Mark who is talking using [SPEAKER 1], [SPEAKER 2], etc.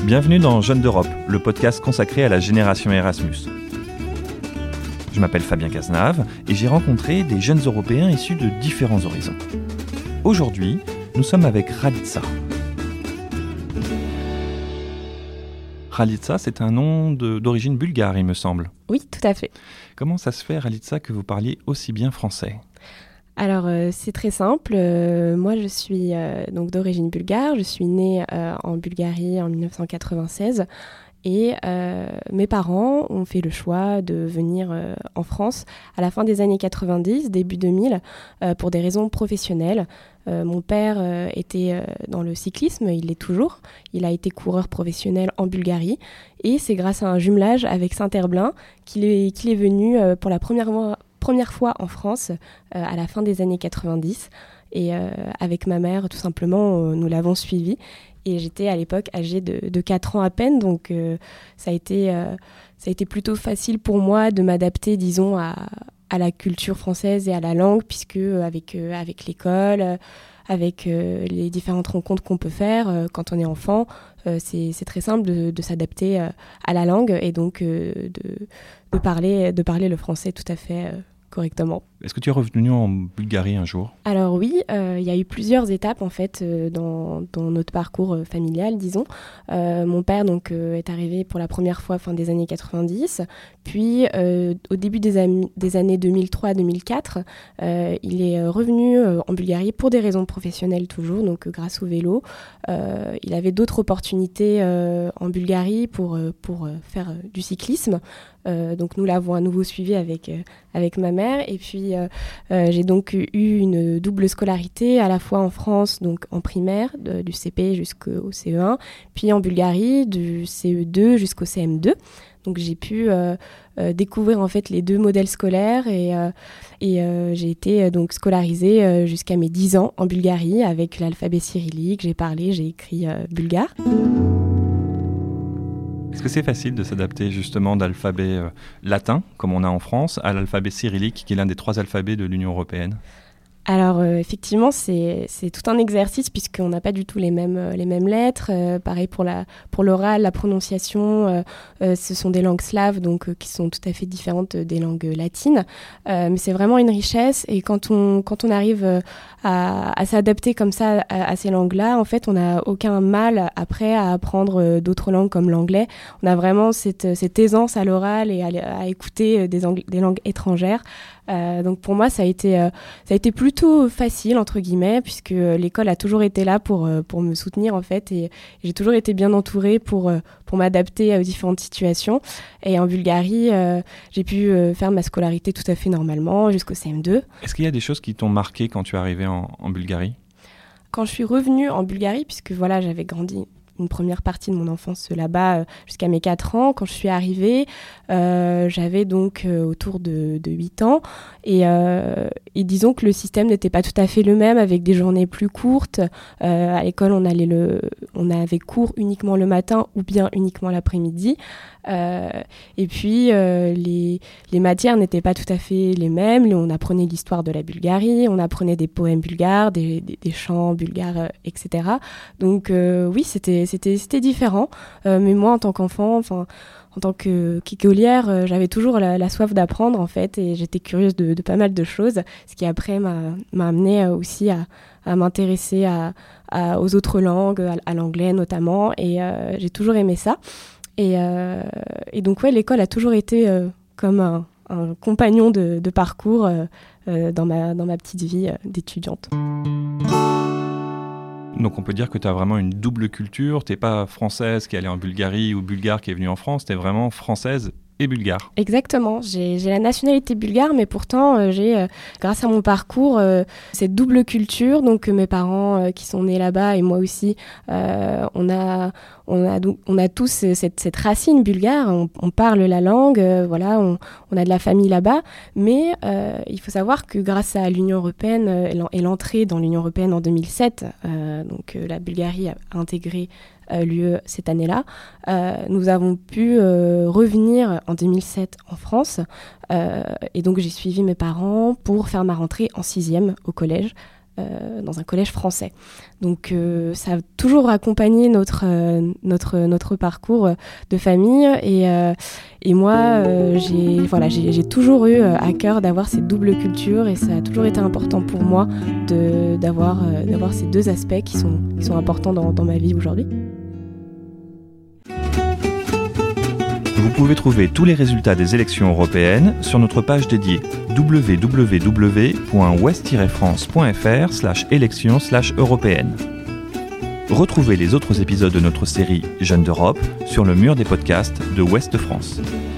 [SPEAKER 1] Bienvenue dans Jeunes d'Europe, le podcast consacré à la génération Erasmus. Je m'appelle Fabien Cazenave et j'ai rencontré des jeunes Européens issus de différents horizons. Aujourd'hui, nous sommes avec Ralitza. Ralitza, c'est un nom d'origine bulgare, il me semble.
[SPEAKER 2] Oui, tout à fait.
[SPEAKER 1] Comment ça se fait, Ralitza, que vous parliez aussi bien français ?
[SPEAKER 2] Alors, c'est très simple. Moi, je suis donc d'origine bulgare. Je suis née en Bulgarie en 1996. Et mes parents ont fait le choix de venir en France à la fin des années 90, début 2000, pour des raisons professionnelles. Mon père était dans le cyclisme, il l'est toujours. Il a été coureur professionnel en Bulgarie. Et c'est grâce à un jumelage avec Saint-Herblain qu'il est venu pour la première fois en France à la fin des années 90. Et avec ma mère, tout simplement, nous l'avons suivi. Et j'étais à l'époque âgée de 4 ans à peine, donc ça a été plutôt facile pour moi de m'adapter, disons, à la culture française et à la langue, puisque avec l'école, avec les différentes rencontres qu'on peut faire quand on est enfant, c'est très simple de s'adapter à la langue et donc de parler le français tout à fait correctement.
[SPEAKER 1] Est-ce que tu es revenu en Bulgarie un jour ?
[SPEAKER 2] Alors oui, il y a eu plusieurs étapes en fait dans notre parcours familial, disons. Mon père donc est arrivé pour la première fois fin des années 90, puis au début des années 2003-2004, il est revenu en Bulgarie pour des raisons professionnelles toujours, donc grâce au vélo. Il avait d'autres opportunités en Bulgarie pour faire du cyclisme. Donc nous l'avons à nouveau suivi avec ma mère et puis j'ai donc eu une double scolarité à la fois en France, donc en primaire, du CP jusqu'au CE1, puis en Bulgarie, du CE2 jusqu'au CM2. Donc j'ai pu découvrir en fait les deux modèles scolaires et j'ai été donc scolarisée jusqu'à mes 10 ans en Bulgarie avec l'alphabet cyrillique. J'ai écrit bulgare.
[SPEAKER 1] Est-ce que c'est facile de s'adapter justement d'alphabet latin, comme on a en France, à l'alphabet cyrillique, qui est l'un des 3 alphabets de l'Union européenne ?
[SPEAKER 2] Alors effectivement, c'est tout un exercice puisqu'on n'a pas du tout les mêmes lettres. Pareil pour l'oral, la prononciation, ce sont des langues slaves donc qui sont tout à fait différentes des langues latines. Mais c'est vraiment une richesse et quand on arrive à s'adapter comme ça à ces langues-là, en fait, on n'a aucun mal après à apprendre d'autres langues comme l'anglais. On a vraiment cette aisance à l'oral et à écouter des langues étrangères. Donc pour moi, ça a été plutôt facile entre guillemets puisque l'école a toujours été là pour me soutenir en fait et j'ai toujours été bien entourée pour m'adapter aux différentes situations. Et en Bulgarie, j'ai pu faire ma scolarité tout à fait normalement jusqu'au CM2.
[SPEAKER 1] Est-ce qu'il y a des choses qui t'ont marqué quand tu es arrivé en Bulgarie ?
[SPEAKER 2] Quand je suis revenue en Bulgarie, puisque voilà, j'avais grandi une première partie de mon enfance là-bas jusqu'à mes 4 ans. Quand je suis arrivée, j'avais donc autour de 8 ans et disons que le système n'était pas tout à fait le même avec des journées plus courtes. À l'école, on avait cours uniquement le matin ou bien uniquement l'après-midi. Et puis les matières n'étaient pas tout à fait les mêmes. On apprenait l'histoire de la Bulgarie, on apprenait des poèmes bulgares, des chants bulgares, etc. Donc oui, c'était différent. Mais moi, en tant qu'enfant, en tant qu'écolière, j'avais toujours la soif d'apprendre en fait, et j'étais curieuse de pas mal de choses, ce qui après m'a amenée aussi à m'intéresser aux autres langues, à l'anglais notamment, et j'ai toujours aimé ça. Et donc ouais, l'école a toujours été comme un compagnon de parcours dans ma petite vie d'étudiante.
[SPEAKER 1] Donc on peut dire que tu as vraiment une double culture, t'es pas française qui est allée en Bulgarie ou bulgare qui est venue en France, t'es vraiment française et bulgare.
[SPEAKER 2] Exactement, j'ai la nationalité bulgare, mais pourtant j'ai, grâce à mon parcours, cette double culture. Donc mes parents qui sont nés là-bas et moi aussi, on a tous cette racine bulgare. On parle la langue, voilà, on a de la famille là-bas. Mais il faut savoir que grâce à l'Union européenne et l'entrée dans l'Union européenne en 2007, donc la Bulgarie a intégré l'UE cette année-là. Nous avons pu revenir en 2007 en France et donc j'ai suivi mes parents pour faire ma rentrée en 6e au collège dans un collège français. Donc ça a toujours accompagné notre parcours de famille et moi j'ai toujours eu à cœur d'avoir cette double culture et ça a toujours été important pour moi d'avoir ces deux aspects qui sont importants dans ma vie aujourd'hui.
[SPEAKER 1] Vous pouvez trouver tous les résultats des élections européennes sur notre page dédiée www.ouest-france.fr/élections/européennes. Retrouvez les autres épisodes de notre série Jeunes d'Europe sur le mur des podcasts de Ouest France.